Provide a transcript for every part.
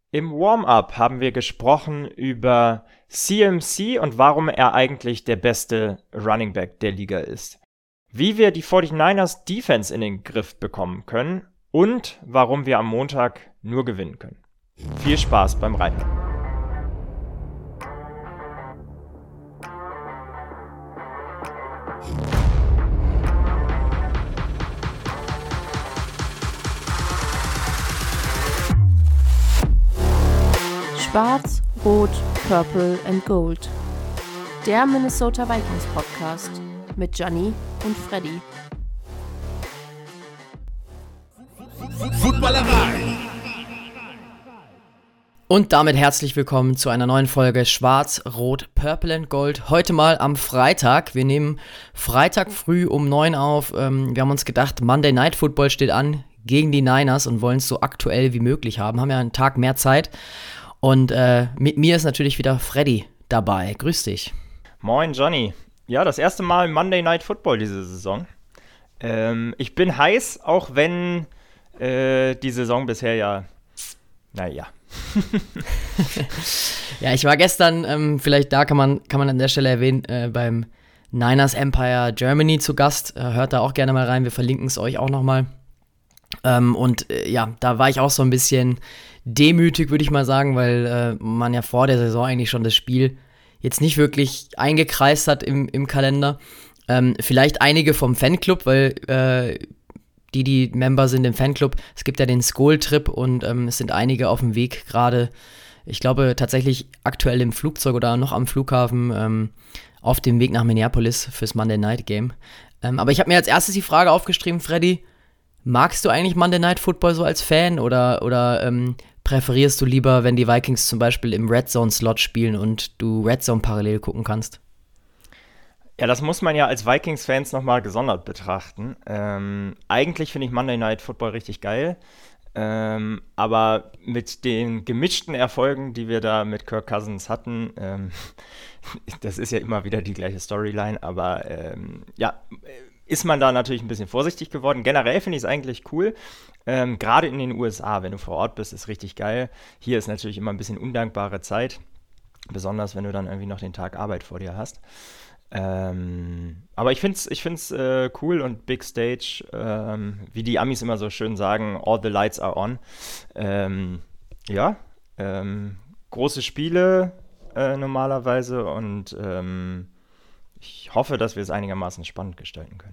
Im Warm-up haben wir gesprochen über CMC und warum er eigentlich der beste Running Back der Liga ist. Wie wir die 49ers Defense in den Griff bekommen können und warum wir am Montag nur gewinnen können. Viel Spaß beim Reiten. Schwarz, Rot, Purple and Gold. Der Minnesota Vikings Podcast mit Gianni und Freddy. Footballerei. Und damit herzlich willkommen zu einer neuen Folge Schwarz, Rot, Purple and Gold. Heute mal am Freitag. Wir nehmen Freitag früh um 9 auf. Wir haben uns gedacht, Monday Night Football steht an gegen die Niners und wollen es so aktuell wie möglich haben. Haben ja einen Tag mehr Zeit. Und mit mir ist natürlich wieder Freddy dabei. Grüß dich. Moin Johnny. Ja, das erste Mal Monday Night Football diese Saison. Ich bin heiß, auch wenn die Saison bisher ja, naja. Ja, ich war gestern, vielleicht da kann man an der Stelle erwähnen, beim Niners Empire Germany zu Gast. Hört da auch gerne mal rein, wir verlinken es euch auch nochmal. Ja, da war ich auch so ein bisschen demütig, würde ich mal sagen, weil man ja vor der Saison eigentlich schon das Spiel jetzt nicht wirklich eingekreist hat im Kalender. Vielleicht einige vom Fanclub, weil die Member sind im Fanclub. Es gibt ja den Skol-Trip und es sind einige auf dem Weg gerade, ich glaube tatsächlich aktuell im Flugzeug oder noch am Flughafen auf dem Weg nach Minneapolis fürs Monday Night Game. Aber ich habe mir als erstes die Frage aufgeschrieben, Freddy, magst du eigentlich Monday Night Football so als Fan oder präferierst du lieber, wenn die Vikings zum Beispiel im Red Zone Slot spielen und du Red Zone parallel gucken kannst? Ja, das muss man ja als Vikings-Fans nochmal gesondert betrachten. Eigentlich finde ich Monday Night Football richtig geil, aber mit den gemischten Erfolgen, die wir da mit Kirk Cousins hatten, das ist ja immer wieder die gleiche Storyline, aber ja, ist man da natürlich ein bisschen vorsichtig geworden. Generell finde ich es eigentlich cool, gerade in den USA, wenn du vor Ort bist, ist richtig geil. Hier ist natürlich immer ein bisschen undankbare Zeit, besonders wenn du dann irgendwie noch den Tag Arbeit vor dir hast. Aber ich find's cool und Big Stage, wie die Amis immer so schön sagen, all the lights are on. Ja, große Spiele normalerweise und ich hoffe, dass wir es einigermaßen spannend gestalten können.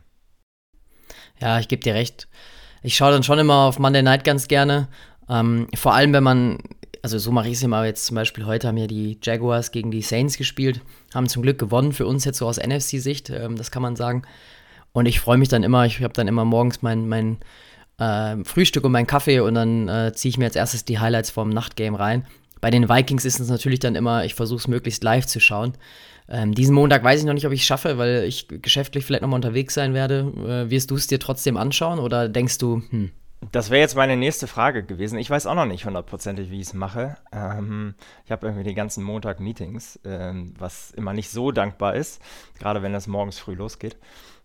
Ja, ich gebe dir recht. Ich schaue dann schon immer auf Monday Night ganz gerne. Vor allem, wenn man, also so mache ich es immer jetzt zum Beispiel, heute haben ja die Jaguars gegen die Saints gespielt, haben zum Glück gewonnen für uns jetzt so aus NFC-Sicht, das kann man sagen. Und ich freue mich dann immer, ich habe dann immer morgens mein Frühstück und meinen Kaffee und dann ziehe ich mir als erstes die Highlights vom Nachtgame rein. Bei den Vikings ist es natürlich dann immer, ich versuche es möglichst live zu schauen. Diesen Montag weiß ich noch nicht, ob ich es schaffe, weil ich geschäftlich vielleicht nochmal unterwegs sein werde. Wirst du es dir trotzdem anschauen oder denkst du, Das wäre jetzt meine nächste Frage gewesen. Ich weiß auch noch nicht hundertprozentig, wie ich es mache. Ich habe irgendwie den ganzen Montag Meetings, was immer nicht so dankbar ist, gerade wenn das morgens früh losgeht.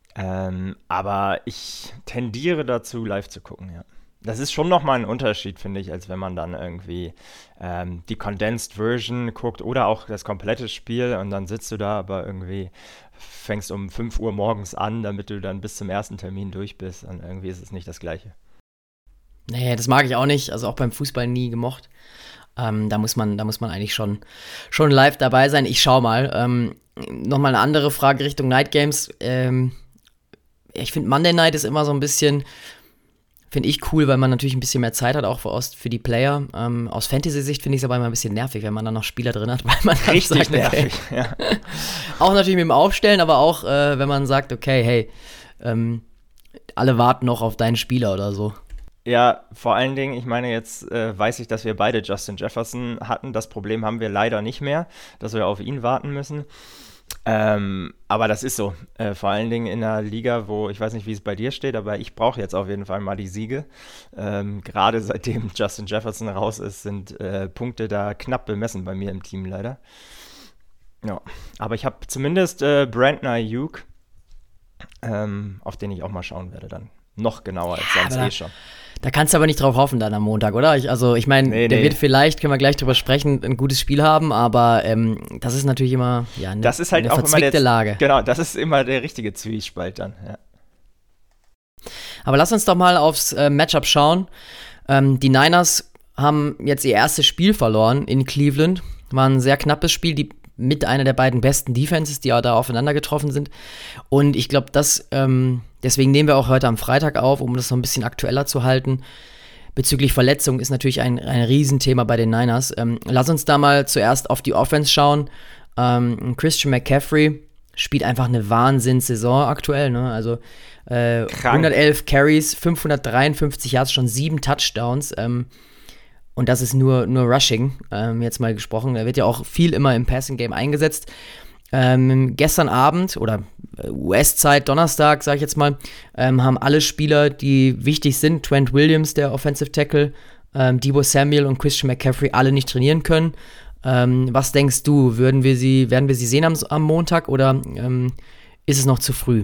Aber ich tendiere dazu, live zu gucken, ja. Das ist schon nochmal ein Unterschied, finde ich, als wenn man dann irgendwie die Condensed Version guckt oder auch das komplette Spiel und dann sitzt du da, aber irgendwie fängst um 5 Uhr morgens an, damit du dann bis zum ersten Termin durch bist und irgendwie ist es nicht das Gleiche. nee, das mag ich auch nicht, also auch beim Fußball nie gemocht. Da muss man eigentlich schon live dabei sein. Ich schau mal. Nochmal eine andere Frage Richtung Night Games. Ich finde Monday Night ist immer so ein bisschen, finde ich cool, weil man natürlich ein bisschen mehr Zeit hat, auch für die Player. Aus Fantasy-Sicht finde ich es aber immer ein bisschen nervig, wenn man dann noch Spieler drin hat, weil man dann Richtig sagt, okay, nervig, ja. auch natürlich mit dem Aufstellen, aber auch, wenn man sagt, okay, hey, alle warten noch auf deinen Spieler oder so. Ja, vor allen Dingen, ich meine, jetzt weiß ich, dass wir beide Justin Jefferson hatten. Das Problem haben wir leider nicht mehr, dass wir auf ihn warten müssen. Aber das ist so. Vor allen Dingen in einer Liga, wo, ich weiß nicht, wie es bei dir steht, aber ich brauche jetzt auf jeden Fall mal die Siege. Gerade seitdem Justin Jefferson raus ist, sind Punkte da knapp bemessen bei mir im Team leider. Ja, aber ich habe zumindest Brandon Ayuk, auf den ich auch mal schauen werde dann noch genauer als sonst schon. Da kannst du aber nicht drauf hoffen dann am Montag, oder? Ich meine, der wird vielleicht, können wir gleich drüber sprechen, ein gutes Spiel haben, aber das ist natürlich immer das ist halt eine auch verzwickte Lage. Genau, das ist immer der richtige Zwiespalt dann, ja. Aber lass uns doch mal aufs Matchup schauen. Die Niners haben jetzt ihr erstes Spiel verloren in Cleveland. War ein sehr knappes Spiel, mit einer der beiden besten Defenses, die da aufeinander getroffen sind. Und ich glaube, deswegen nehmen wir auch heute am Freitag auf, um das noch ein bisschen aktueller zu halten. Bezüglich Verletzungen ist natürlich ein Riesenthema bei den Niners. Lass uns da mal zuerst auf die Offense schauen. Christian McCaffrey spielt einfach eine Wahnsinnssaison aktuell, ne? Also 111 Carries, 553 Yards, schon 7 Touchdowns. Und das ist nur Rushing, jetzt mal gesprochen. Er wird ja auch viel immer im Passing-Game eingesetzt. Gestern Abend oder US-Zeit, Donnerstag, sag ich jetzt mal, haben alle Spieler, die wichtig sind, Trent Williams, der Offensive Tackle, Deebo Samuel und Christian McCaffrey, alle nicht trainieren können. Was denkst du, werden wir sie sehen am Montag oder ist es noch zu früh?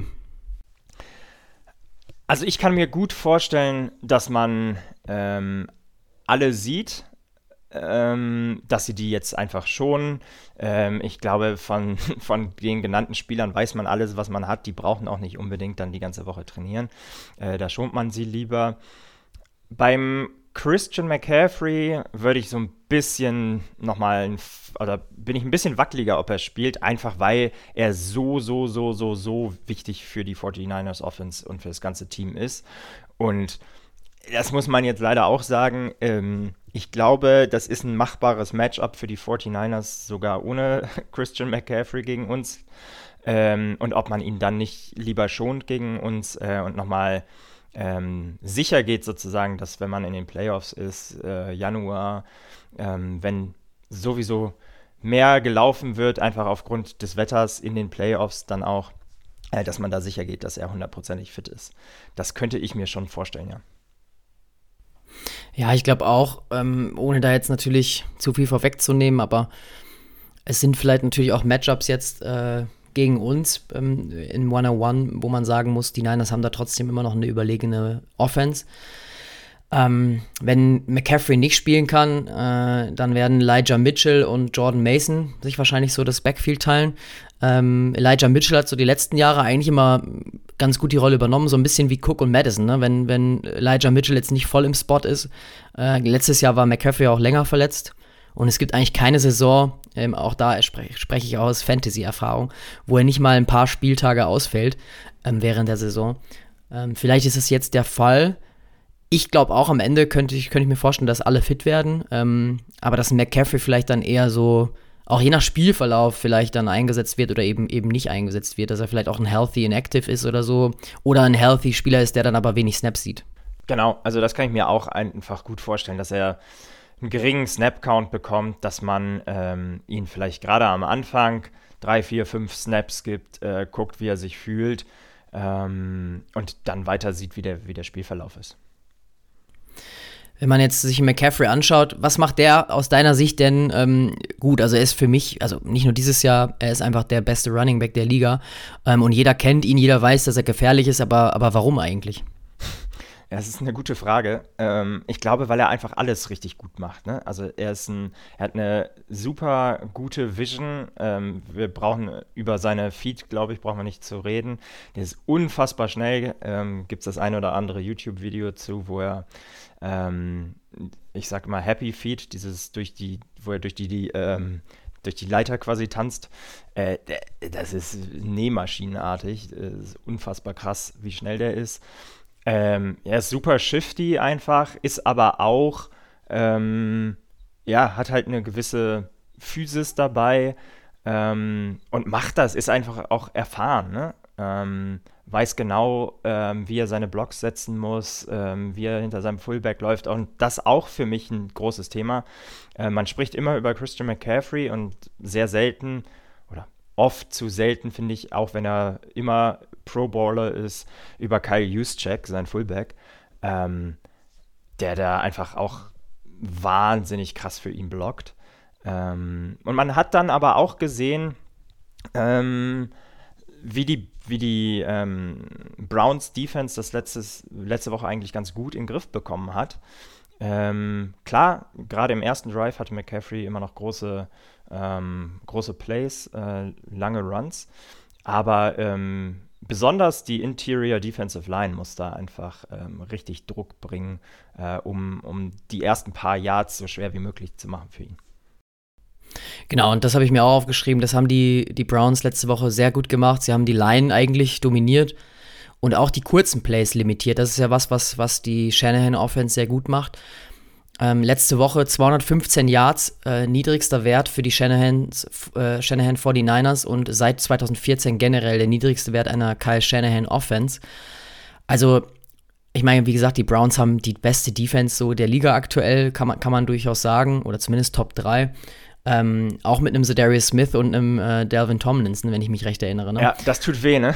Also ich kann mir gut vorstellen, dass man alle sieht, dass sie die jetzt einfach schonen. Ich glaube, von den genannten Spielern weiß man alles, was man hat. Die brauchen auch nicht unbedingt dann die ganze Woche trainieren. Da schont man sie lieber. Beim Christian McCaffrey würde ich so ein bisschen bin ich ein bisschen wackeliger, ob er spielt, einfach weil er so wichtig für die 49ers Offense und für das ganze Team ist. Und das muss man jetzt leider auch sagen. Ich glaube, das ist ein machbares Matchup für die 49ers, sogar ohne Christian McCaffrey gegen uns. Und ob man ihn dann nicht lieber schont gegen uns und nochmal sicher geht sozusagen, dass wenn man in den Playoffs ist, Januar, wenn sowieso mehr gelaufen wird, einfach aufgrund des Wetters in den Playoffs dann auch, dass man da sicher geht, dass er 100%ig fit ist. Das könnte ich mir schon vorstellen, ja. Ja, ich glaube auch, ohne da jetzt natürlich zu viel vorwegzunehmen, aber es sind vielleicht natürlich auch Matchups jetzt gegen uns in 101, wo man sagen muss, die Niners haben da trotzdem immer noch eine überlegene Offense. Wenn McCaffrey nicht spielen kann, dann werden Elijah Mitchell und Jordan Mason sich wahrscheinlich so das Backfield teilen. Elijah Mitchell hat so die letzten Jahre eigentlich immer ganz gut die Rolle übernommen, so ein bisschen wie Cook und Madison, ne? Wenn Elijah Mitchell jetzt nicht voll im Spot ist. Letztes Jahr war McCaffrey auch länger verletzt. Und es gibt eigentlich keine Saison, auch da spreche ich aus Fantasy-Erfahrung, wo er nicht mal ein paar Spieltage ausfällt während der Saison. Vielleicht ist es jetzt der Fall. Ich glaube auch am Ende könnte ich mir vorstellen, dass alle fit werden. Aber dass McCaffrey vielleicht dann eher so, auch je nach Spielverlauf vielleicht dann eingesetzt wird oder eben nicht eingesetzt wird, dass er vielleicht auch ein Healthy Inactive ist oder so. Oder ein Healthy Spieler ist, der dann aber wenig Snaps sieht. Genau, also das kann ich mir auch einfach gut vorstellen, dass er einen geringen Snap-Count bekommt, dass man ihn vielleicht gerade am Anfang 3, 4, 5 Snaps gibt, guckt, wie er sich fühlt und dann weiter sieht, wie der Spielverlauf ist. Wenn man jetzt sich McCaffrey anschaut, was macht der aus deiner Sicht denn gut? Also er ist für mich, also nicht nur dieses Jahr, er ist einfach der beste Running Back der Liga und jeder kennt ihn, jeder weiß, dass er gefährlich ist, aber warum eigentlich? Ja, das ist eine gute Frage. Ich glaube, weil er einfach alles richtig gut macht, ne? Also er hat eine super gute Vision. Wir brauchen über seine Feed, glaube ich, brauchen wir nicht zu reden. Der ist unfassbar schnell. Gibt es das ein oder andere YouTube-Video zu, wo er ich sag mal Happy Feet, wo er durch die Leiter quasi tanzt. Das ist nähmaschinenartig. Das ist unfassbar krass, wie schnell der ist. Er ist super shifty einfach, ist aber auch, hat halt eine gewisse Physis dabei und macht das, ist einfach auch erfahren, ne? Weiß genau, wie er seine Blocks setzen muss, wie er hinter seinem Fullback läuft und das auch für mich ein großes Thema. Man spricht immer über Christian McCaffrey und sehr selten oder oft zu selten, finde ich, auch wenn er immer Pro-Bowler ist, über Kyle Juszczyk, sein Fullback, der da einfach auch wahnsinnig krass für ihn blockt. Und man hat dann aber auch gesehen, wie die Browns Defense das letzte Woche eigentlich ganz gut in den Griff bekommen hat. Klar, gerade im ersten Drive hatte McCaffrey immer noch große Plays, lange Runs, aber besonders die Interior Defensive Line muss da einfach richtig Druck bringen, um die ersten paar Yards so schwer wie möglich zu machen für ihn. Genau, und das habe ich mir auch aufgeschrieben. Das haben die Browns letzte Woche sehr gut gemacht. Sie haben die Line eigentlich dominiert und auch die kurzen Plays limitiert. Das ist ja was die Shanahan-Offense sehr gut macht. Letzte Woche 215 Yards, niedrigster Wert für die Shanahan 49ers und seit 2014 generell der niedrigste Wert einer Kyle Shanahan-Offense. Also, ich meine, wie gesagt, die Browns haben die beste Defense so der Liga aktuell, kann man durchaus sagen, oder zumindest Top 3. Auch mit einem Za'Darius Smith und einem Dalvin Tomlinson, wenn ich mich recht erinnere. Ne? Ja, das tut weh, ne?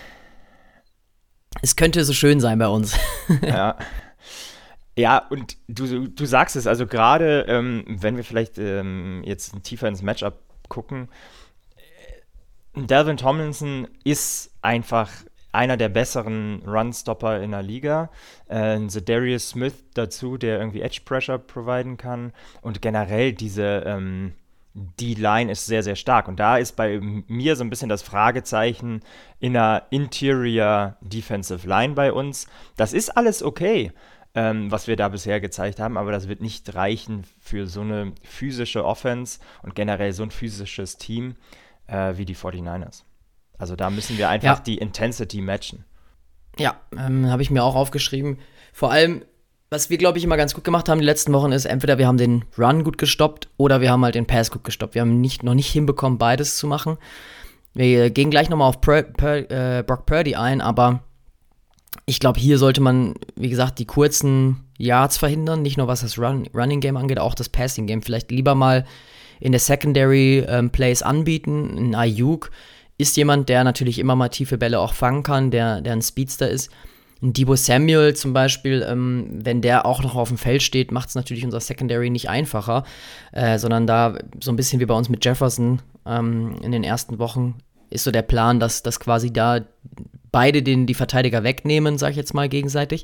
Es könnte so schön sein bei uns. Ja. Ja, und du sagst es, also gerade, wenn wir vielleicht jetzt tiefer ins Matchup gucken, Dalvin Tomlinson ist einfach einer der besseren Runstopper in der Liga. Za'Darius Smith dazu, der irgendwie Edge Pressure providen kann. Und generell die Line ist sehr, sehr stark. Und da ist bei mir so ein bisschen das Fragezeichen in der Interior Defensive Line bei uns. Das ist alles okay, was wir da bisher gezeigt haben, aber das wird nicht reichen für so eine physische Offense und generell so ein physisches Team wie die 49ers. Also da müssen wir einfach die Intensity matchen. Ja, habe ich mir auch aufgeschrieben. Vor allem, was wir, glaube ich, immer ganz gut gemacht haben die letzten Wochen, ist entweder wir haben den Run gut gestoppt oder wir haben halt den Pass gut gestoppt. Wir haben noch nicht hinbekommen, beides zu machen. Wir gehen gleich nochmal auf Brock Purdy ein, aber ich glaube, hier sollte man, wie gesagt, die kurzen Yards verhindern, nicht nur was das Running Game angeht, auch das Passing Game. Vielleicht lieber mal in der Secondary Plays anbieten. Ein Ayuk ist jemand, der natürlich immer mal tiefe Bälle auch fangen kann, der ein Speedster ist. Ein Deebo Samuel zum Beispiel, wenn der auch noch auf dem Feld steht, macht es natürlich unser Secondary nicht einfacher, sondern da so ein bisschen wie bei uns mit Jefferson in den ersten Wochen ist so der Plan, dass quasi da beide die Verteidiger wegnehmen, sag ich jetzt mal gegenseitig.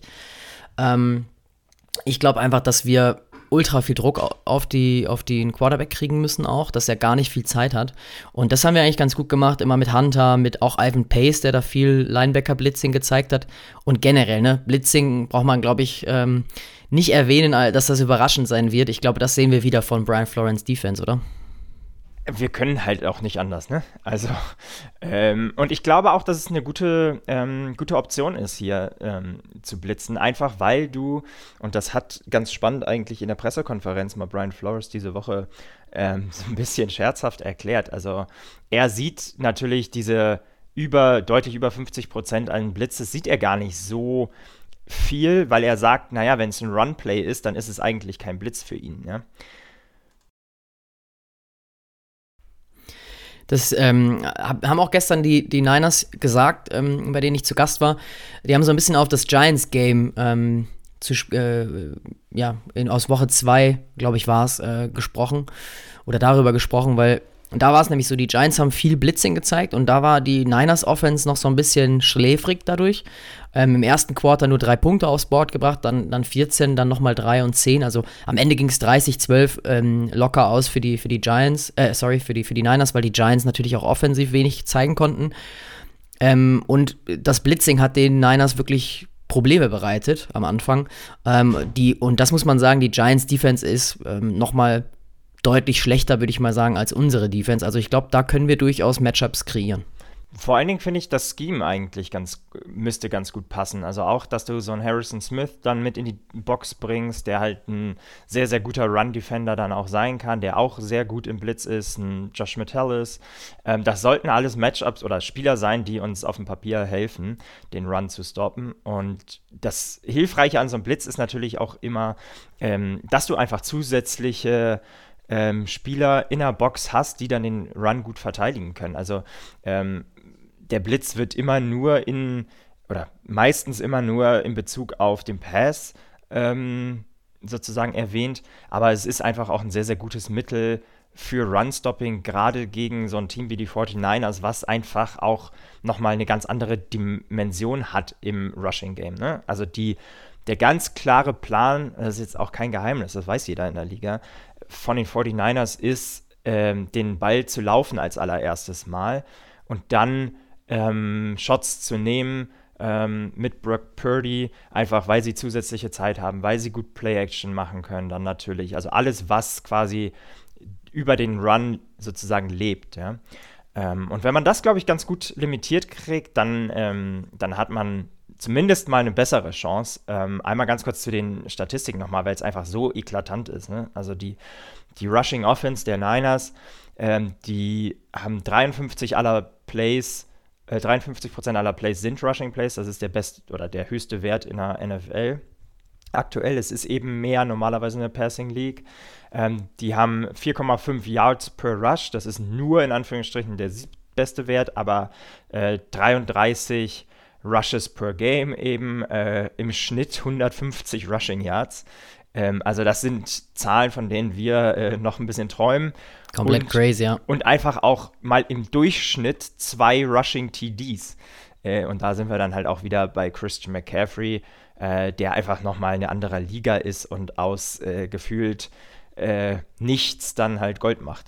Ich glaube einfach, dass wir ultra viel Druck auf den Quarterback kriegen müssen auch, dass er gar nicht viel Zeit hat. Und das haben wir eigentlich ganz gut gemacht, immer mit Hunter, mit auch Ivan Pace, der da viel Linebacker-Blitzing gezeigt hat. Und generell, ne, Blitzing braucht man, glaube ich, nicht erwähnen, dass das überraschend sein wird. Ich glaube, das sehen wir wieder von Brian Florence Defense, oder? Wir können halt auch nicht anders, ne? Also, und ich glaube auch, dass es eine gute Option ist, hier zu blitzen. Einfach weil du, und das hat ganz spannend eigentlich in der Pressekonferenz mal Brian Flores diese Woche so ein bisschen scherzhaft erklärt. Also, er sieht natürlich diese deutlich über 50% an Blitzes, sieht er gar nicht so viel, weil er sagt, naja, wenn es ein Run-Play ist, dann ist es eigentlich kein Blitz für ihn, ja. Das haben auch gestern die Niners gesagt, bei denen ich zu Gast war. Die haben so ein bisschen auf das Giants-Game aus Woche 2, glaube ich, war es, gesprochen. Oder darüber gesprochen, weil da war es nämlich so, die Giants haben viel Blitzing gezeigt und da war die Niners-Offense noch so ein bisschen schläfrig dadurch. Im ersten Quarter nur 3 Punkte aufs Board gebracht, dann 14, dann nochmal 3 und 10. Also am Ende ging es 30-12 locker aus für die Giants, für die Niners, weil die Giants natürlich auch offensiv wenig zeigen konnten. Und das Blitzing hat den Niners wirklich Probleme bereitet am Anfang. Und das muss man sagen, die Giants-Defense ist nochmal deutlich schlechter, würde ich mal sagen, als unsere Defense. Also ich glaube, da können wir durchaus Matchups kreieren. Vor allen Dingen finde ich, das Scheme eigentlich müsste ganz gut passen. Also auch, dass du so einen Harrison Smith dann mit in die Box bringst, der halt ein sehr, sehr guter Run-Defender dann auch sein kann, der auch sehr gut im Blitz ist, ein Josh Metellus. Das sollten alles Matchups oder Spieler sein, die uns auf dem Papier helfen, den Run zu stoppen. Und das Hilfreiche an so einem Blitz ist natürlich auch immer, dass du einfach zusätzliche Spieler in der Box hast, die dann den Run gut verteidigen können. Also der Blitz wird meistens immer nur in Bezug auf den Pass sozusagen erwähnt, aber es ist einfach auch ein sehr, sehr gutes Mittel, für Run-Stopping, gerade gegen so ein Team wie die 49ers, was einfach auch nochmal eine ganz andere Dimension hat im Rushing-Game. Ne? Also der ganz klare Plan, das ist jetzt auch kein Geheimnis, das weiß jeder in der Liga, von den 49ers ist, den Ball zu laufen als allererstes Mal und dann Shots zu nehmen mit Brock Purdy, einfach weil sie zusätzliche Zeit haben, weil sie gut Play-Action machen können dann natürlich. Also alles, was quasi über den Run sozusagen lebt. Ja? Und wenn man das, glaube ich, ganz gut limitiert kriegt, dann hat man zumindest mal eine bessere Chance. Einmal ganz kurz zu den Statistiken nochmal, weil es einfach so eklatant ist. Ne? Also die Rushing Offense der Niners, die haben 53% aller Plays sind Rushing Plays. Das ist der höchste Wert in der NFL. Aktuell, es ist eben mehr normalerweise in der Passing League. Die haben 4,5 Yards per Rush. Das ist nur in Anführungsstrichen der beste Wert, aber 33 Rushes per Game eben, im Schnitt 150 Rushing Yards. Also das sind Zahlen, von denen wir noch ein bisschen träumen. Komplett crazy, ja. Und einfach auch mal im Durchschnitt 2 Rushing TDs. Und da sind wir dann halt auch wieder bei Christian McCaffrey, der einfach nochmal eine andere Liga ist und aus gefühlt nichts dann halt Gold macht.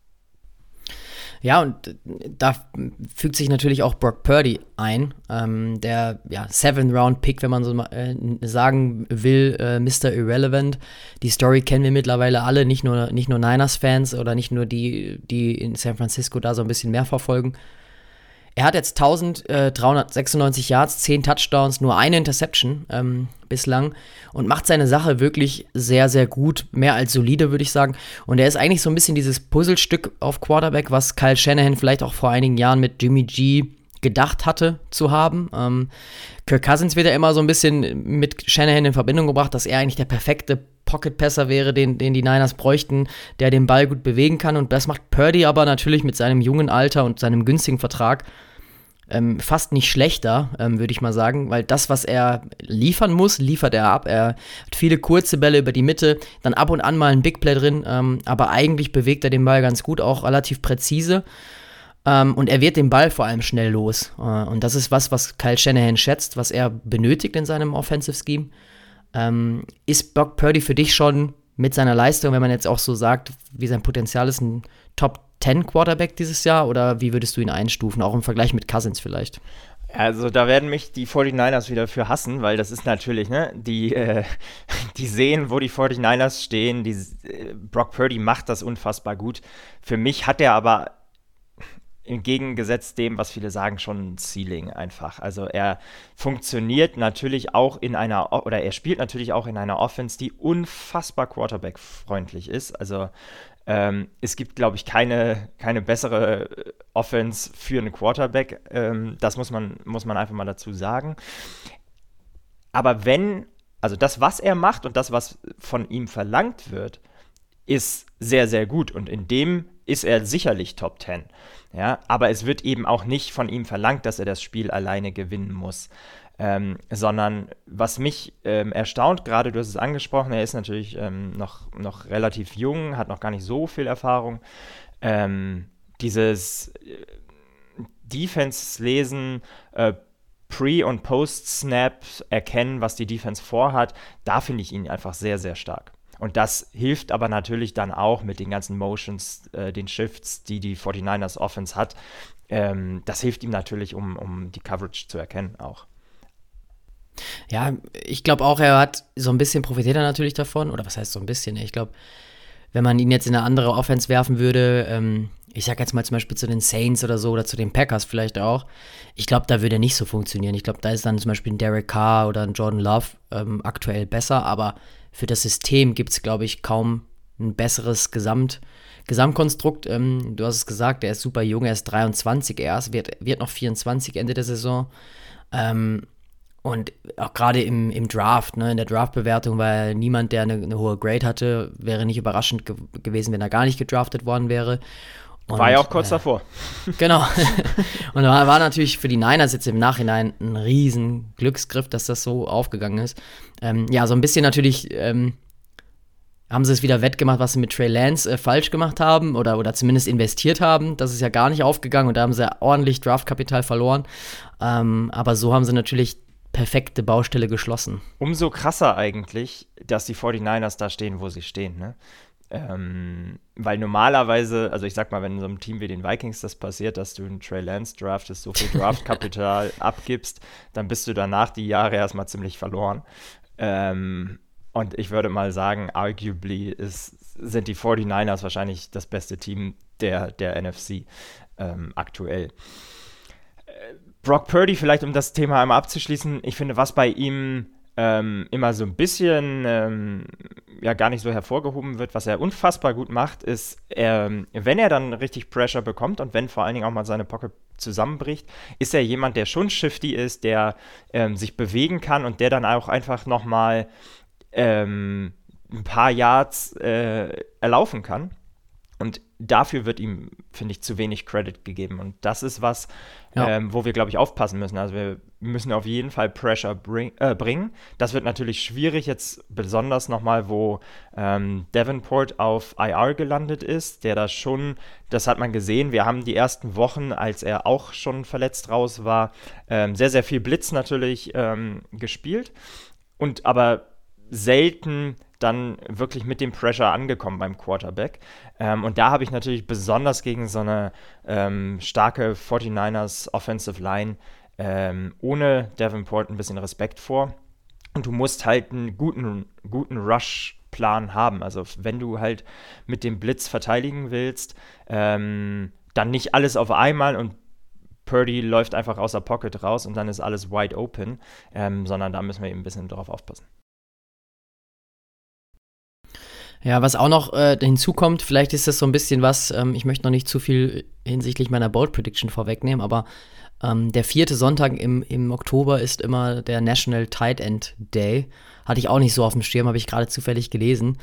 Ja, und da fügt sich natürlich auch Brock Purdy ein, der 7th-Round-Pick, wenn man so sagen will, Mr. Irrelevant. Die Story kennen wir mittlerweile alle, nicht nur Niners-Fans oder nicht nur die in San Francisco da so ein bisschen mehr verfolgen. Er hat jetzt 1396 Yards, 10 Touchdowns, nur eine Interception bislang und macht seine Sache wirklich sehr, sehr gut, mehr als solide, würde ich sagen. Und er ist eigentlich so ein bisschen dieses Puzzlestück auf Quarterback, was Kyle Shanahan vielleicht auch vor einigen Jahren mit Jimmy G gedacht hatte zu haben. Kirk Cousins wird ja immer so ein bisschen mit Shanahan in Verbindung gebracht, dass er eigentlich der perfekte Pocket-Passer wäre, den die Niners bräuchten, der den Ball gut bewegen kann. Und das macht Purdy aber natürlich mit seinem jungen Alter und seinem günstigen Vertrag fast nicht schlechter, würde ich mal sagen, weil das, was er liefern muss, liefert er ab. Er hat viele kurze Bälle über die Mitte, dann ab und an mal ein Big Play drin, aber eigentlich bewegt er den Ball ganz gut, auch relativ präzise. Und er wird den Ball vor allem schnell los. Und das ist was Kyle Shanahan schätzt, was er benötigt in seinem Offensive Scheme. Ist Brock Purdy für dich schon mit seiner Leistung, wenn man jetzt auch so sagt, wie sein Potenzial ist, ein Top-10 Quarterback dieses Jahr? Oder wie würdest du ihn einstufen, auch im Vergleich mit Cousins vielleicht? Also da werden mich die 49ers wieder für hassen, weil das ist natürlich, ne, die sehen, wo die 49ers stehen, Brock Purdy macht das unfassbar gut. Für mich hat er aber im Gegensatz dem, was viele sagen, schon ein Ceiling einfach. Also er funktioniert natürlich auch er spielt natürlich auch in einer Offense, die unfassbar Quarterback-freundlich ist. Also es gibt, glaube ich, keine bessere Offense für einen Quarterback. Das muss man einfach mal dazu sagen. Aber also das, was er macht und das, was von ihm verlangt wird, ist sehr, sehr gut. Und in dem ist er sicherlich Top 10. Ja, aber es wird eben auch nicht von ihm verlangt, dass er das Spiel alleine gewinnen muss. Sondern was mich erstaunt, gerade du hast es angesprochen, er ist natürlich noch relativ jung, hat noch gar nicht so viel Erfahrung. Dieses Defense-Lesen, Pre- und Post-Snap erkennen, was die Defense vorhat, da finde ich ihn einfach sehr, sehr stark. Und das hilft aber natürlich dann auch mit den ganzen Motions, den Shifts, die 49ers Offense hat. Das hilft ihm natürlich, um die Coverage zu erkennen auch. Ja, ich glaube auch, er hat so ein bisschen profitiert er natürlich davon. Oder was heißt so ein bisschen? Ich glaube, wenn man ihn jetzt in eine andere Offense werfen würde, ich sag jetzt mal zum Beispiel zu den Saints oder so oder zu den Packers vielleicht auch, ich glaube, da würde er nicht so funktionieren. Ich glaube, da ist dann zum Beispiel ein Derek Carr oder ein Jordan Love aktuell besser, aber für das System gibt es, glaube ich, kaum ein besseres Gesamtkonstrukt. Du hast es gesagt, er ist super jung, er ist 23 erst, wird noch 24 Ende der Saison. Und auch gerade im Draft, ne, in der Draftbewertung war er niemand, der eine hohe Grade hatte. Wäre nicht überraschend gewesen, wenn er gar nicht gedraftet worden wäre. Und, war ja auch kurz davor. Genau. Und da war natürlich für die Niners jetzt im Nachhinein ein riesen Glücksgriff, dass das so aufgegangen ist. Ja, so ein bisschen natürlich haben sie es wieder wettgemacht, was sie mit Trey Lance falsch gemacht haben oder zumindest investiert haben. Das ist ja gar nicht aufgegangen und da haben sie ordentlich Draftkapital verloren. Aber so haben sie natürlich perfekte Baustelle geschlossen. Umso krasser eigentlich, dass die 49ers da stehen, wo sie stehen, ne? Weil normalerweise, also ich sag mal, wenn in so einem Team wie den Vikings das passiert, dass du einen Trey Lance draftest, so viel Draftkapital abgibst, dann bist du danach die Jahre erstmal ziemlich verloren. Und ich würde mal sagen, arguably sind die 49ers wahrscheinlich das beste Team der NFC aktuell. Brock Purdy, vielleicht um das Thema einmal abzuschließen, ich finde, was bei ihm immer so ein bisschen gar nicht so hervorgehoben wird, was er unfassbar gut macht, ist, wenn er dann richtig Pressure bekommt und wenn vor allen Dingen auch mal seine Pocket zusammenbricht, ist er jemand, der schon shifty ist, der sich bewegen kann und der dann auch einfach nochmal ein paar Yards erlaufen kann. Und dafür wird ihm, finde ich, zu wenig Credit gegeben. Und das ist was, wo wir, glaube ich, aufpassen müssen. Also wir müssen auf jeden Fall Pressure bringen. Das wird natürlich schwierig, jetzt besonders nochmal, wo Davenport auf IR gelandet ist, der da schon, das hat man gesehen, wir haben die ersten Wochen, als er auch schon verletzt raus war, sehr, sehr viel Blitz natürlich gespielt. Und aber selten dann wirklich mit dem Pressure angekommen beim Quarterback. Und da habe ich natürlich besonders gegen so eine starke 49ers Offensive Line ohne Davenport ein bisschen Respekt vor. Und du musst halt einen guten Rush-Plan haben. Also wenn du halt mit dem Blitz verteidigen willst, dann nicht alles auf einmal und Purdy läuft einfach aus der Pocket raus und dann ist alles wide open, sondern da müssen wir eben ein bisschen drauf aufpassen. Ja, was auch noch hinzukommt, vielleicht ist das so ein bisschen was, ich möchte noch nicht zu viel hinsichtlich meiner Bold Prediction vorwegnehmen, aber der 4. Sonntag im Oktober ist immer der National Tight End Day. Hatte ich auch nicht so auf dem Schirm, habe ich gerade zufällig gelesen.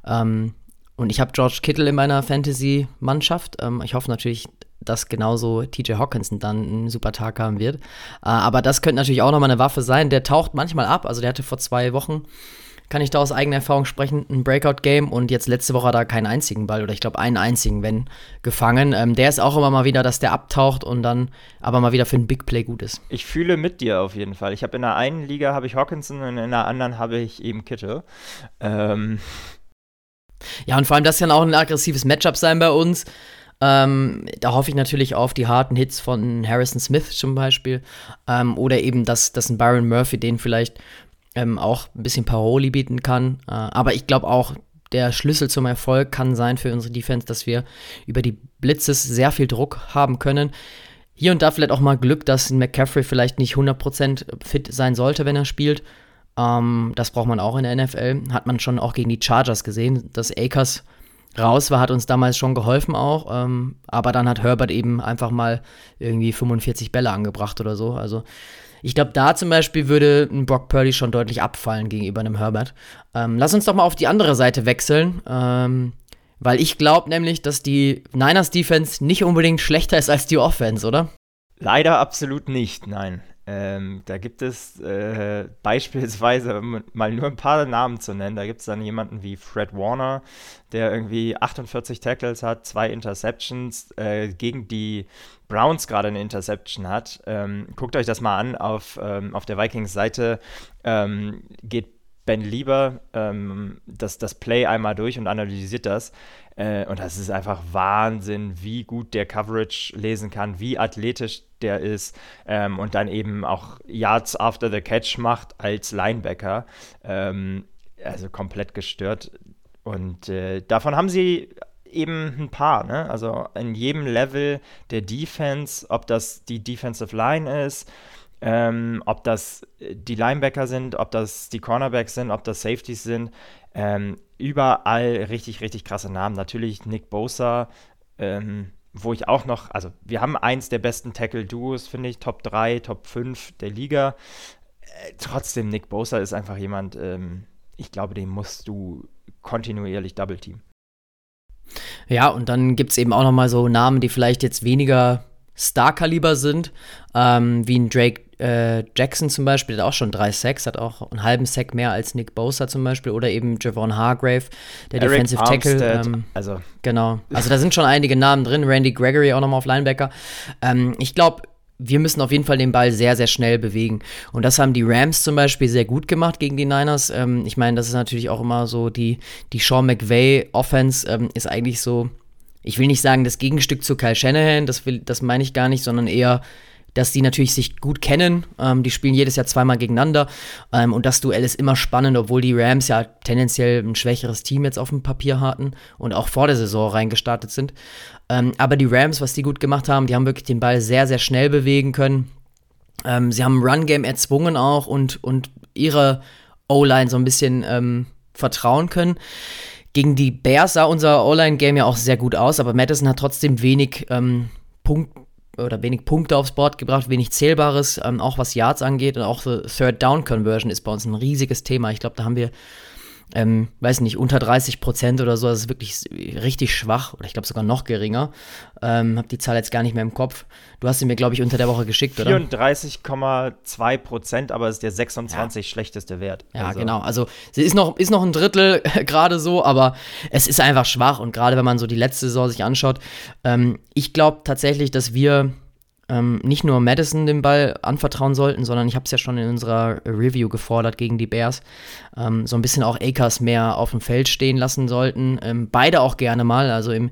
Und ich habe George Kittle in meiner Fantasy-Mannschaft. Ich hoffe natürlich, dass genauso TJ Hockenson dann einen super Tag haben wird. Aber das könnte natürlich auch nochmal eine Waffe sein. Der taucht manchmal ab, also der hatte vor 2 Wochen, kann ich da aus eigener Erfahrung sprechen, ein Breakout-Game und jetzt letzte Woche hat er keinen einzigen Ball oder ich glaube einen einzigen, wenn, gefangen. Der ist auch immer mal wieder, dass der abtaucht und dann aber mal wieder für einen Big Play gut ist. Ich fühle mit dir auf jeden Fall. Ich habe in der einen Liga habe ich Hockenson und in der anderen habe ich eben Kittle. Ja, und vor allem das kann auch ein aggressives Matchup sein bei uns. Da hoffe ich natürlich auf die harten Hits von Harrison Smith zum Beispiel. Oder eben, dass ein Byron Murphy den vielleicht auch ein bisschen Paroli bieten kann. Aber ich glaube auch, der Schlüssel zum Erfolg kann sein für unsere Defense, dass wir über die Blitzes sehr viel Druck haben können. Hier und da vielleicht auch mal Glück, dass McCaffrey vielleicht nicht 100% fit sein sollte, wenn er spielt. Das braucht man auch in der NFL. Hat man schon auch gegen die Chargers gesehen. Dass Akers raus war, hat uns damals schon geholfen auch. Aber dann hat Herbert eben einfach mal irgendwie 45 Bälle angebracht oder so. Also ich glaube, da zum Beispiel würde ein Brock Purdy schon deutlich abfallen gegenüber einem Herbert. Lass uns doch mal auf die andere Seite wechseln, weil ich glaube nämlich, dass die Niners-Defense nicht unbedingt schlechter ist als die Offense, oder? Leider absolut nicht, nein. Da gibt es beispielsweise, mal nur ein paar Namen zu nennen, da gibt es dann jemanden wie Fred Warner, der irgendwie 48 Tackles hat, 2 Interceptions, gegen die Browns gerade eine Interception hat. Guckt euch das mal an, auf der Vikings-Seite geht Ben Lieber das Play einmal durch und analysiert das. Und das ist einfach Wahnsinn, wie gut der Coverage lesen kann, wie athletisch der ist und dann eben auch Yards after the catch macht als Linebacker. Also komplett gestört. Und davon haben sie eben ein paar, ne? Also in jedem Level der Defense, ob das die Defensive Line ist, ob das die Linebacker sind, ob das die Cornerbacks sind, ob das Safeties sind, überall richtig, richtig krasse Namen. Natürlich Nick Bosa, wo ich auch noch, also wir haben eins der besten Tackle-Duos, finde ich, Top 3, Top 5 der Liga. Trotzdem, Nick Bosa ist einfach jemand, ich glaube, den musst du kontinuierlich double-teamen. Ja, und dann gibt es eben auch noch mal so Namen, die vielleicht jetzt weniger Star-Kaliber sind, wie ein Drake Jackson zum Beispiel, der hat auch schon 3 Sacks, hat auch einen halben Sack mehr als Nick Bosa zum Beispiel, oder eben Javon Hargrave, der Eric Defensive Tackle. Genau, also da sind schon einige Namen drin, Randy Gregory auch nochmal auf Linebacker. Ich glaube, wir müssen auf jeden Fall den Ball sehr, sehr schnell bewegen. Und das haben die Rams zum Beispiel sehr gut gemacht gegen die Niners. Ich meine, das ist natürlich auch immer so, die Sean McVay-Offense ist eigentlich so, ich will nicht sagen das Gegenstück zu Kyle Shanahan, das meine ich gar nicht, sondern eher, dass die natürlich sich gut kennen. Die spielen jedes Jahr zweimal gegeneinander. Und das Duell ist immer spannend, obwohl die Rams ja tendenziell ein schwächeres Team jetzt auf dem Papier hatten und auch vor der Saison reingestartet sind. Aber die Rams, was die gut gemacht haben, die haben wirklich den Ball sehr, sehr schnell bewegen können. Sie haben ein Run-Game erzwungen auch und ihre O-Line so ein bisschen vertrauen können. Gegen die Bears sah unser O-Line-Game ja auch sehr gut aus, aber Madison hat trotzdem wenig Punkte aufs Board gebracht, wenig Zählbares, auch was Yards angeht, und auch die Third-Down-Conversion ist bei uns ein riesiges Thema. Ich glaube, da haben wir, weiß nicht, unter 30% oder so, das ist wirklich richtig schwach, oder ich glaube sogar noch geringer. Hab die Zahl jetzt gar nicht mehr im Kopf. Du hast sie mir, glaube ich, unter der Woche geschickt, oder? 34,2%, aber es ist der 26 schlechteste Wert. Ja, also. Genau. Also sie ist noch ein Drittel gerade so, aber es ist einfach schwach. Und gerade wenn man so die letzte Saison sich anschaut, ich glaube tatsächlich, dass wir nicht nur Madison den Ball anvertrauen sollten, sondern ich habe es ja schon in unserer Review gefordert gegen die Bears, so ein bisschen auch Akers mehr auf dem Feld stehen lassen sollten. Beide auch gerne mal, also im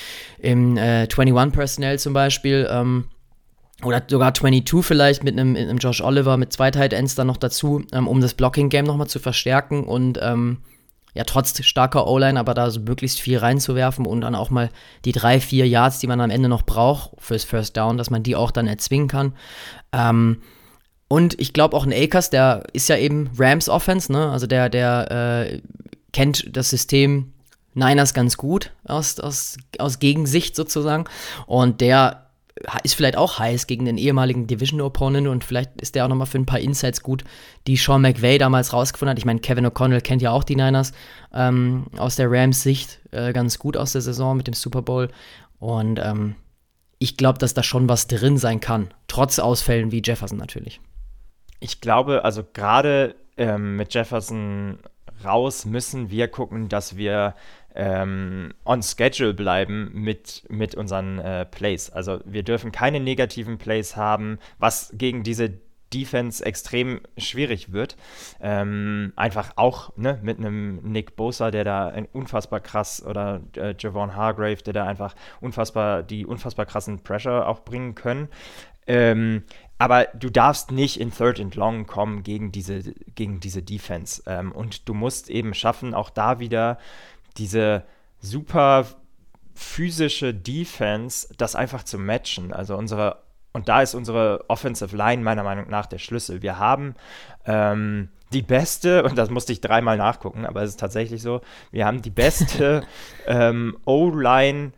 21 Personnel zum Beispiel, oder sogar 22 vielleicht mit einem Josh Oliver mit 2 Tight Ends dann noch dazu, um das Blocking-Game nochmal zu verstärken und ja, trotz starker O-Line, aber da so möglichst viel reinzuwerfen und dann auch mal die 3-4 Yards, die man am Ende noch braucht fürs First Down, dass man die auch dann erzwingen kann. Und ich glaube auch ein Akers, der ist ja eben Rams Offense, ne? Also der kennt das System Niners ganz gut aus Gegensicht sozusagen. Und der ist vielleicht auch heiß gegen den ehemaligen Division-Opponent und vielleicht ist der auch nochmal für ein paar Insights gut, die Sean McVay damals rausgefunden hat. Ich meine, Kevin O'Connell kennt ja auch die Niners aus der Rams-Sicht ganz gut aus der Saison mit dem Super Bowl. Und ich glaube, dass da schon was drin sein kann, trotz Ausfällen wie Jefferson natürlich. Ich glaube, also gerade mit Jefferson raus müssen wir gucken, dass wir on schedule bleiben mit unseren Plays. Also wir dürfen keine negativen Plays haben, was gegen diese Defense extrem schwierig wird. Einfach auch mit einem Nick Bosa, der da unfassbar krass, oder Javon Hargrave, der da einfach unfassbar krassen Pressure auch bringen können. Aber du darfst nicht in Third and Long kommen gegen diese Defense. Und du musst eben schaffen, auch da wieder diese super physische Defense, das einfach zu matchen. Also und da ist unsere Offensive Line meiner Meinung nach der Schlüssel. Wir haben die beste, und das musste ich 3-mal nachgucken, aber es ist tatsächlich so, wir haben die beste O-Line,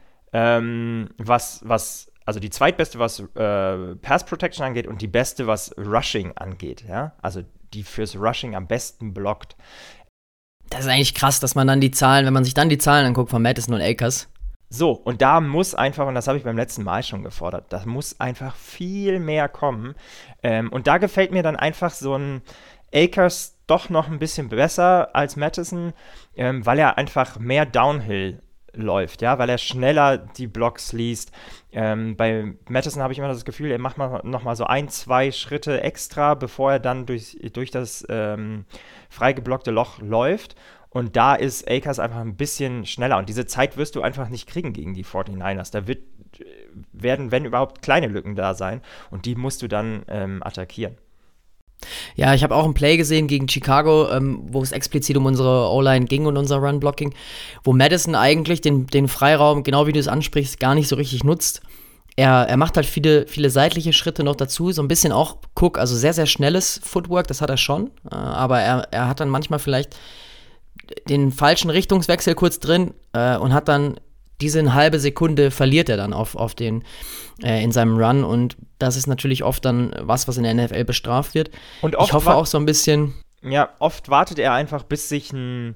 also die zweitbeste, was Pass Protection angeht, und die beste, was Rushing angeht. Ja? Also die fürs Rushing am besten blockt. Das ist eigentlich krass, dass man dann wenn man sich dann die Zahlen anguckt von Madison und Akers. So, und da muss einfach, und das habe ich beim letzten Mal schon gefordert, da muss einfach viel mehr kommen. Und da gefällt mir dann einfach so ein Akers doch noch ein bisschen besser als Madison, weil er einfach mehr Downhill läuft, ja, weil er schneller die Blocks liest. Bei Madison habe ich immer das Gefühl, er macht noch mal so 1-2 Schritte extra, bevor er dann durch das frei geblockte Loch läuft. Und da ist Akers einfach ein bisschen schneller. Und diese Zeit wirst du einfach nicht kriegen gegen die 49ers. Da werden, wenn überhaupt, kleine Lücken da sein. Und die musst du dann attackieren. Ja, ich habe auch ein Play gesehen gegen Chicago, wo es explizit um unsere O-Line ging und unser Run-Blocking, wo Madison eigentlich den Freiraum, genau wie du es ansprichst, gar nicht so richtig nutzt. Er macht halt viele seitliche Schritte noch dazu, so ein bisschen auch Cook, also sehr, sehr schnelles Footwork, das hat er schon, aber er hat dann manchmal vielleicht den falschen Richtungswechsel kurz drin und hat dann diese halbe Sekunde verliert er dann auf den in seinem Run, und das ist natürlich oft dann was in der NFL bestraft wird. Und ich hoffe auch so ein bisschen. Ja, oft wartet er einfach, bis sich ein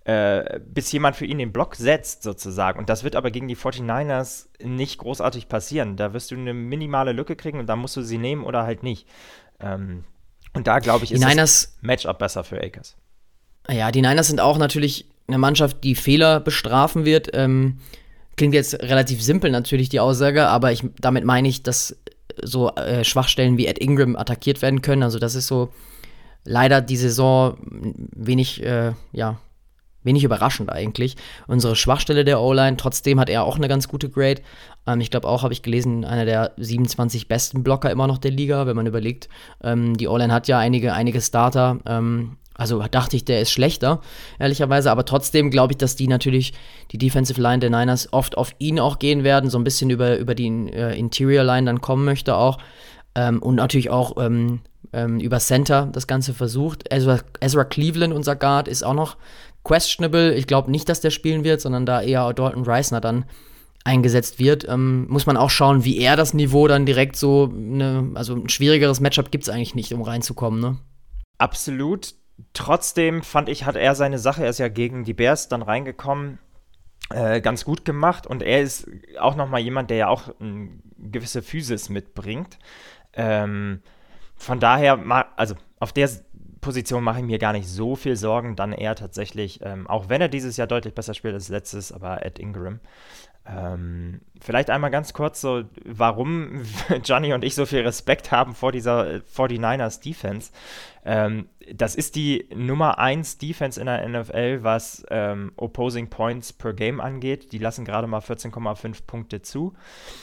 bis jemand für ihn den Block setzt, sozusagen. Und das wird aber gegen die 49ers nicht großartig passieren. Da wirst du eine minimale Lücke kriegen und da musst du sie nehmen oder halt nicht. Und da, glaube ich, ist das Matchup besser für Akers. Ja, die Niners sind auch natürlich eine Mannschaft, die Fehler bestrafen wird. Klingt jetzt relativ simpel natürlich, die Aussage, aber damit meine ich, dass so Schwachstellen wie Ed Ingram attackiert werden können. Also das ist so leider die Saison wenig überraschend eigentlich. Unsere Schwachstelle der O-Line, trotzdem hat er auch eine ganz gute Grade. Ich glaube auch, habe ich gelesen, einer der 27 besten Blocker immer noch der Liga, wenn man überlegt. Die O-Line hat ja einige Starter. Also dachte ich, der ist schlechter, ehrlicherweise. Aber trotzdem glaube ich, dass die natürlich, die Defensive Line der Niners, oft auf ihn auch gehen werden, so ein bisschen über die Interior Line dann kommen möchte auch. Und natürlich auch über Center das Ganze versucht. Ezra Cleveland, unser Guard, ist auch noch questionable. Ich glaube nicht, dass der spielen wird, sondern da eher Dalton Reisner dann eingesetzt wird. Muss man auch schauen, wie er das Niveau dann direkt also ein schwierigeres Matchup gibt es eigentlich nicht, um reinzukommen, ne? Absolut. Trotzdem fand ich, hat er seine Sache, er ist ja gegen die Bears dann reingekommen, ganz gut gemacht und er ist auch nochmal jemand, der ja auch eine gewisse Physis mitbringt. Von daher, also auf der Position mache ich mir gar nicht so viel Sorgen, dann eher tatsächlich, auch wenn er dieses Jahr deutlich besser spielt als letztes, aber Ed Ingram. Vielleicht einmal ganz kurz so, warum Gianni und ich so viel Respekt haben vor dieser 49ers Defense. Das ist die Nummer 1 Defense in der NFL, was Opposing Points per Game angeht. Die lassen gerade mal 14,5 Punkte zu.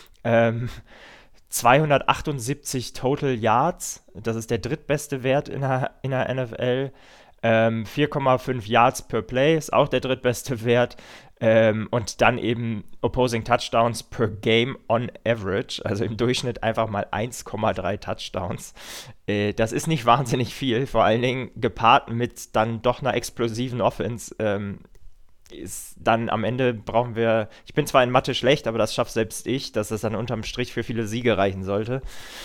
278 Total Yards, das ist der drittbeste Wert in der NFL. 4,5 Yards per Play ist auch der drittbeste Wert. Und dann eben Opposing Touchdowns per Game on average, also im Durchschnitt einfach mal 1,3 Touchdowns. Das ist nicht wahnsinnig viel, vor allen Dingen gepaart mit dann doch einer explosiven Offense. Ist dann am Ende brauchen wir, ich bin zwar in Mathe schlecht, aber das schafft selbst ich, dass das dann unterm Strich für viele Siege reichen sollte.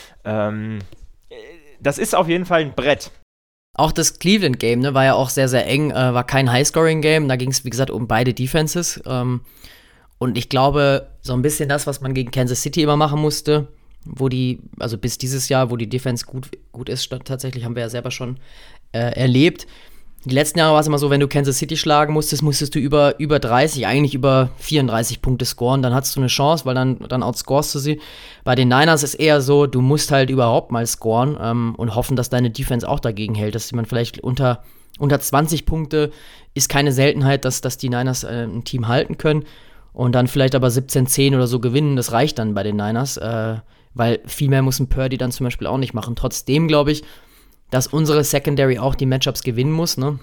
Das ist auf jeden Fall ein Brett. Auch das Cleveland-Game, ne, war ja auch sehr, sehr eng, war kein High-Scoring-Game, da ging es, wie gesagt, um beide Defenses. Und ich glaube, so ein bisschen das, was man gegen Kansas City immer machen musste, also bis dieses Jahr, wo die Defense gut ist, tatsächlich haben wir ja selber schon erlebt. Die letzten Jahre war es immer so, wenn du Kansas City schlagen musstest du über 30, eigentlich über 34 Punkte scoren, dann hattest du eine Chance, weil dann outscorest du sie. Bei den Niners ist eher so, du musst halt überhaupt mal scoren und hoffen, dass deine Defense auch dagegen hält, dass man vielleicht unter 20 Punkte ist keine Seltenheit, dass die Niners ein Team halten können und dann vielleicht aber 17-10 oder so gewinnen, das reicht dann bei den Niners, weil viel mehr muss ein Purdy dann zum Beispiel auch nicht machen. Trotzdem glaube ich, dass unsere Secondary auch die Matchups gewinnen muss, ne?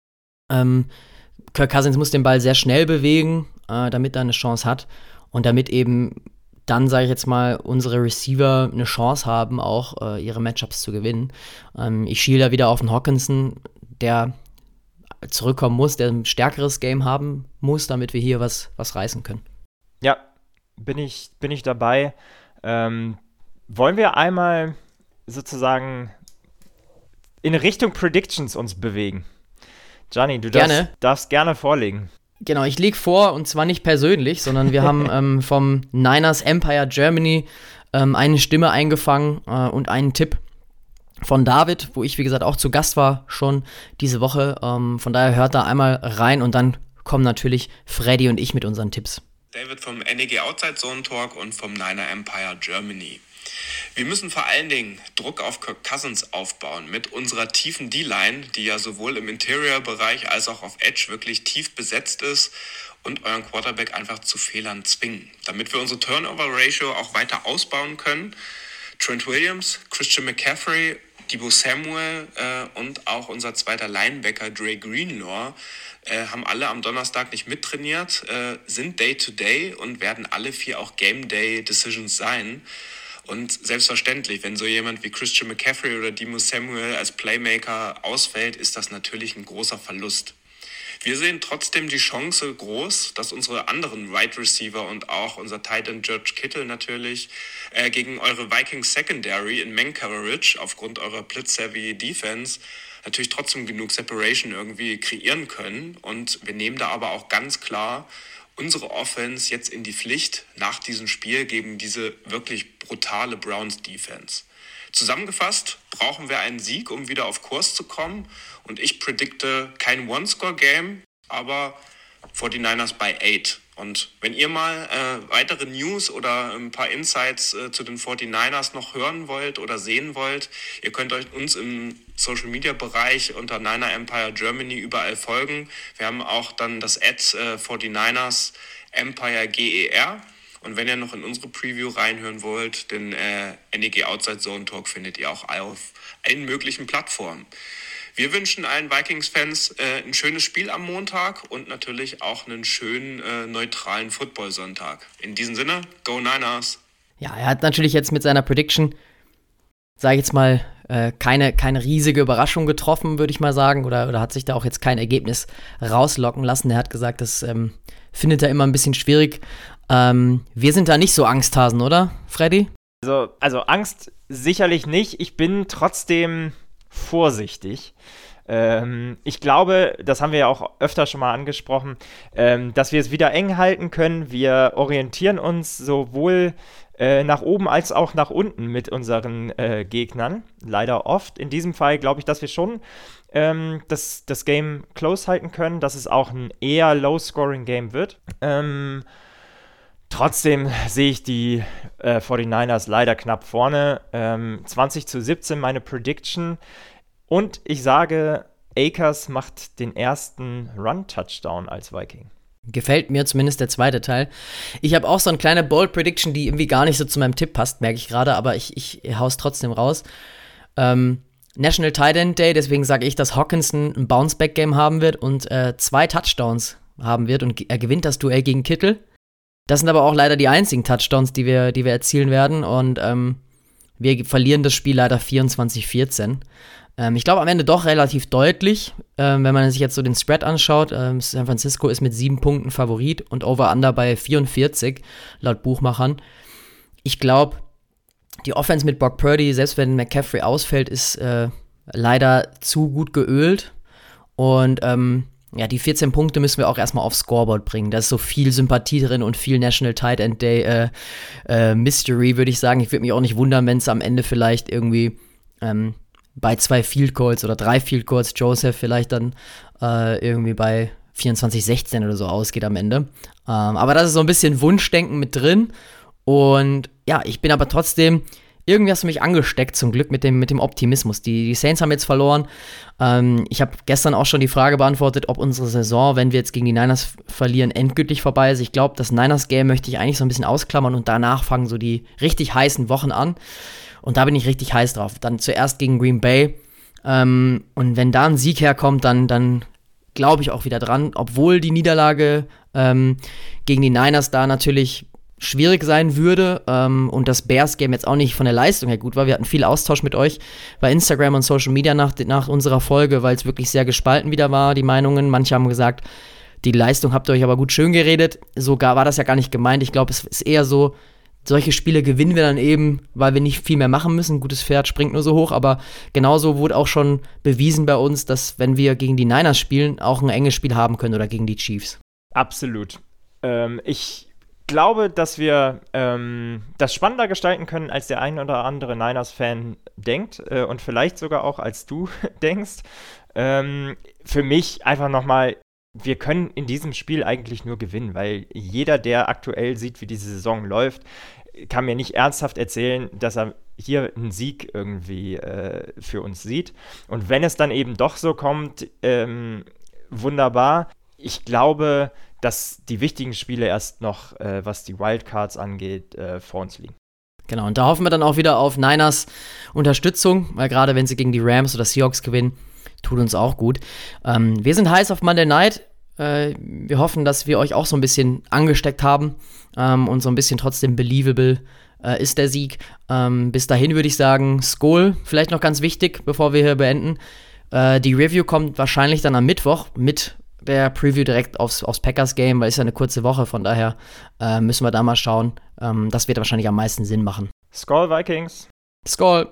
Kirk Cousins muss den Ball sehr schnell bewegen, damit er eine Chance hat und damit eben dann, sage ich jetzt mal, unsere Receiver eine Chance haben, auch ihre Matchups zu gewinnen. Ich schiele da wieder auf den Hockenson, der zurückkommen muss, der ein stärkeres Game haben muss, damit wir hier was reißen können. Ja, bin ich dabei. Wollen wir einmal sozusagen in Richtung Predictions uns bewegen? Gianni, du darfst gerne vorlegen. Genau, ich lege vor, und zwar nicht persönlich, sondern wir haben vom Niners Empire Germany eine Stimme eingefangen und einen Tipp von David, wo ich, wie gesagt, auch zu Gast war schon diese Woche. Von daher hört da einmal rein und dann kommen natürlich Freddy und ich mit unseren Tipps. David vom NEG Outside Zone Talk und vom Niner Empire Germany. Wir müssen vor allen Dingen Druck auf Kirk Cousins aufbauen mit unserer tiefen D-Line, die ja sowohl im Interior-Bereich als auch auf Edge wirklich tief besetzt ist und euren Quarterback einfach zu Fehlern zwingen. Damit wir unsere Turnover-Ratio auch weiter ausbauen können, Trent Williams, Christian McCaffrey, Deebo Samuel und auch unser zweiter Linebacker Dre Greenlaw haben alle am Donnerstag nicht mittrainiert, sind Day-to-Day und werden alle 4 auch Game-Day-Decisions sein. Und selbstverständlich, wenn so jemand wie Christian McCaffrey oder Deebo Samuel als Playmaker ausfällt, ist das natürlich ein großer Verlust. Wir sehen trotzdem die Chance groß, dass unsere anderen Wide Receiver und auch unser Tight End George Kittle natürlich gegen eure Vikings Secondary in Man Coverage aufgrund eurer Blitz-Savvy Defense natürlich trotzdem genug Separation irgendwie kreieren können. Und wir nehmen da aber auch ganz klar unsere Offense jetzt in die Pflicht nach diesem Spiel gegen diese wirklich brutale Browns-Defense. Zusammengefasst brauchen wir einen Sieg, um wieder auf Kurs zu kommen. Und ich predikte kein One-Score-Game, aber 49ers by 8. Und wenn ihr mal weitere News oder ein paar Insights zu den 49ers noch hören wollt oder sehen wollt, ihr könnt uns im Social-Media-Bereich unter Niner Empire Germany überall folgen. Wir haben auch dann das @49ers Empire GER. Und wenn ihr noch in unsere Preview reinhören wollt, den NEG Outside Zone Talk findet ihr auch auf allen möglichen Plattformen. Wir wünschen allen Vikings-Fans ein schönes Spiel am Montag und natürlich auch einen schönen, neutralen Football-Sonntag. In diesem Sinne, go Niners! Ja, er hat natürlich jetzt mit seiner Prediction, sage ich jetzt mal, keine riesige Überraschung getroffen, würde ich mal sagen, oder hat sich da auch jetzt kein Ergebnis rauslocken lassen. Er hat gesagt, das findet er immer ein bisschen schwierig. Wir sind da nicht so Angsthasen, oder, Freddy? Also Angst sicherlich nicht. Ich bin trotzdem vorsichtig. Ich glaube, das haben wir ja auch öfter schon mal angesprochen, dass wir es wieder eng halten können. Wir orientieren uns sowohl nach oben als auch nach unten mit unseren Gegnern. Leider oft. In diesem Fall glaube ich, dass wir schon das Game close halten können, dass es auch ein eher Low-Scoring-Game wird. Trotzdem sehe ich die 49ers leider knapp vorne. 20-17 meine Prediction. Und ich sage, Akers macht den ersten Run-Touchdown als Viking. Gefällt mir zumindest der zweite Teil. Ich habe auch so eine kleine Bold Prediction, die irgendwie gar nicht so zu meinem Tipp passt, merke ich gerade, aber ich hau's trotzdem raus. National Tight End Day, deswegen sage ich, dass Hockenson ein Bounceback-Game haben wird und 2 Touchdowns haben wird und er gewinnt das Duell gegen Kittle. Das sind aber auch leider die einzigen Touchdowns, die wir erzielen werden. Und wir verlieren das Spiel leider 24-14. Ich glaube am Ende doch relativ deutlich, wenn man sich jetzt so den Spread anschaut. San Francisco ist mit 7 Punkten Favorit und Over-Under bei 44, laut Buchmachern. Ich glaube, die Offense mit Brock Purdy, selbst wenn McCaffrey ausfällt, ist leider zu gut geölt. Und die 14 Punkte müssen wir auch erstmal aufs Scoreboard bringen. Da ist so viel Sympathie drin und viel National Tight End Day Mystery, würde ich sagen. Ich würde mich auch nicht wundern, wenn es am Ende vielleicht irgendwie bei 2 Field Goals oder 3 Field Goals Joseph vielleicht dann irgendwie bei 24-16 oder so ausgeht am Ende. Aber das ist so ein bisschen Wunschdenken mit drin. Und ja, ich bin aber trotzdem, irgendwie hast du mich angesteckt, zum Glück, mit dem Optimismus. Die Saints haben jetzt verloren. Ich habe gestern auch schon die Frage beantwortet, ob unsere Saison, wenn wir jetzt gegen die Niners verlieren, endgültig vorbei ist. Ich glaube, das Niners-Game möchte ich eigentlich so ein bisschen ausklammern und danach fangen so die richtig heißen Wochen an. Und da bin ich richtig heiß drauf. Dann zuerst gegen Green Bay. Und wenn da ein Sieg herkommt, dann glaube ich auch wieder dran. Obwohl die Niederlage gegen die Niners da natürlich schwierig sein würde und das Bears-Game jetzt auch nicht von der Leistung her gut war. Wir hatten viel Austausch mit euch bei Instagram und Social Media nach unserer Folge, weil es wirklich sehr gespalten wieder war, die Meinungen. Manche haben gesagt, die Leistung habt ihr euch aber gut schön geredet. Sogar war das ja gar nicht gemeint. Ich glaube, es ist eher so, solche Spiele gewinnen wir dann eben, weil wir nicht viel mehr machen müssen. Ein gutes Pferd springt nur so hoch, aber genauso wurde auch schon bewiesen bei uns, dass wenn wir gegen die Niners spielen, auch ein enges Spiel haben können oder gegen die Chiefs. Absolut. Ich glaube, dass wir das spannender gestalten können, als der ein oder andere Niners-Fan denkt und vielleicht sogar auch als du denkst. Für mich einfach nochmal, wir können in diesem Spiel eigentlich nur gewinnen, weil jeder, der aktuell sieht, wie diese Saison läuft, kann mir nicht ernsthaft erzählen, dass er hier einen Sieg irgendwie für uns sieht. Und wenn es dann eben doch so kommt, wunderbar. Ich glaube, dass die wichtigen Spiele erst noch, was die Wildcards angeht, vor uns liegen. Genau, und da hoffen wir dann auch wieder auf Niners Unterstützung, weil gerade wenn sie gegen die Rams oder Seahawks gewinnen, tut uns auch gut. Wir sind heiß auf Monday Night. Wir hoffen, dass wir euch auch so ein bisschen angesteckt haben und so ein bisschen trotzdem believable ist der Sieg. Bis dahin würde ich sagen, Skol, vielleicht noch ganz wichtig, bevor wir hier beenden. Die Review kommt wahrscheinlich dann am Mittwoch mit der Preview direkt aufs Packers-Game, weil es ja eine kurze Woche, von daher müssen wir da mal schauen. Das wird wahrscheinlich am meisten Sinn machen. Skol, Vikings! Skol!